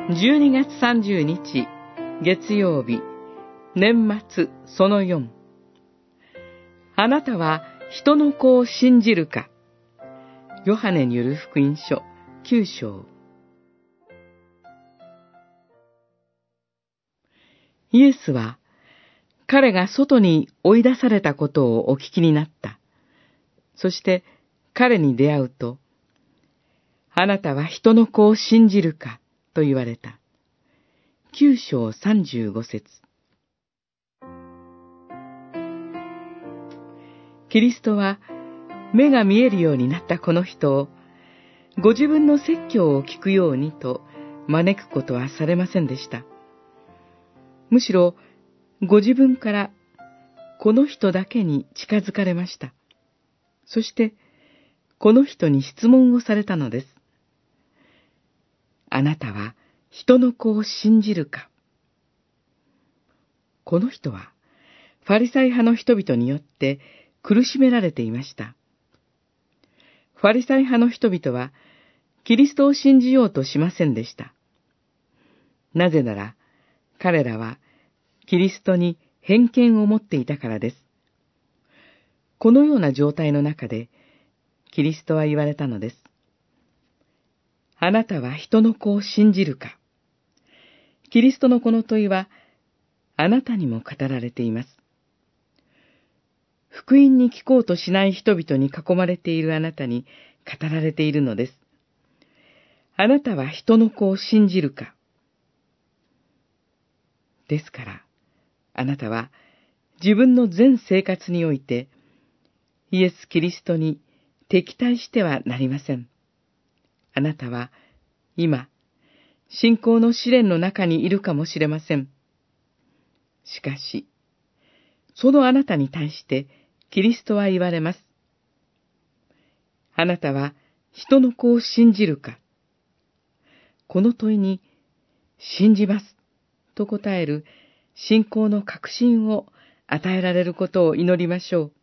12月30日月曜日、年末その4。あなたは人の子を信じるか。ヨハネによる福音書9章。イエスは彼が外に追い出されたことをお聞きになった。そして彼に出会うと、あなたは人の子を信じるかと言われた。9章35節。キリストは目が見えるようになったこの人をご自分の説教を聞くようにと招くことはされませんでした。むしろご自分からこの人だけに近づかれました。そしてこの人に質問をされたのです。あなたは人の子を信じるか。この人はファリサイ派の人々によって苦しめられていました。ファリサイ派の人々はキリストを信じようとしませんでした。なぜなら彼らはキリストに偏見を持っていたからです。このような状態の中でキリストは言われたのです。あなたは人の子を信じるか。キリストのこの問いはあなたにも語られています。福音に聞こうとしない人々に囲まれているあなたに語られているのです。あなたは人の子を信じるか。ですから、あなたは自分の全生活においてイエス・キリストに敵対してはなりません。あなたは今、信仰の試練の中にいるかもしれません。しかし、そのあなたに対してキリストは言われます。あなたは人の子を信じるか。この問いに、信じますと答える信仰の確信を与えられることを祈りましょう。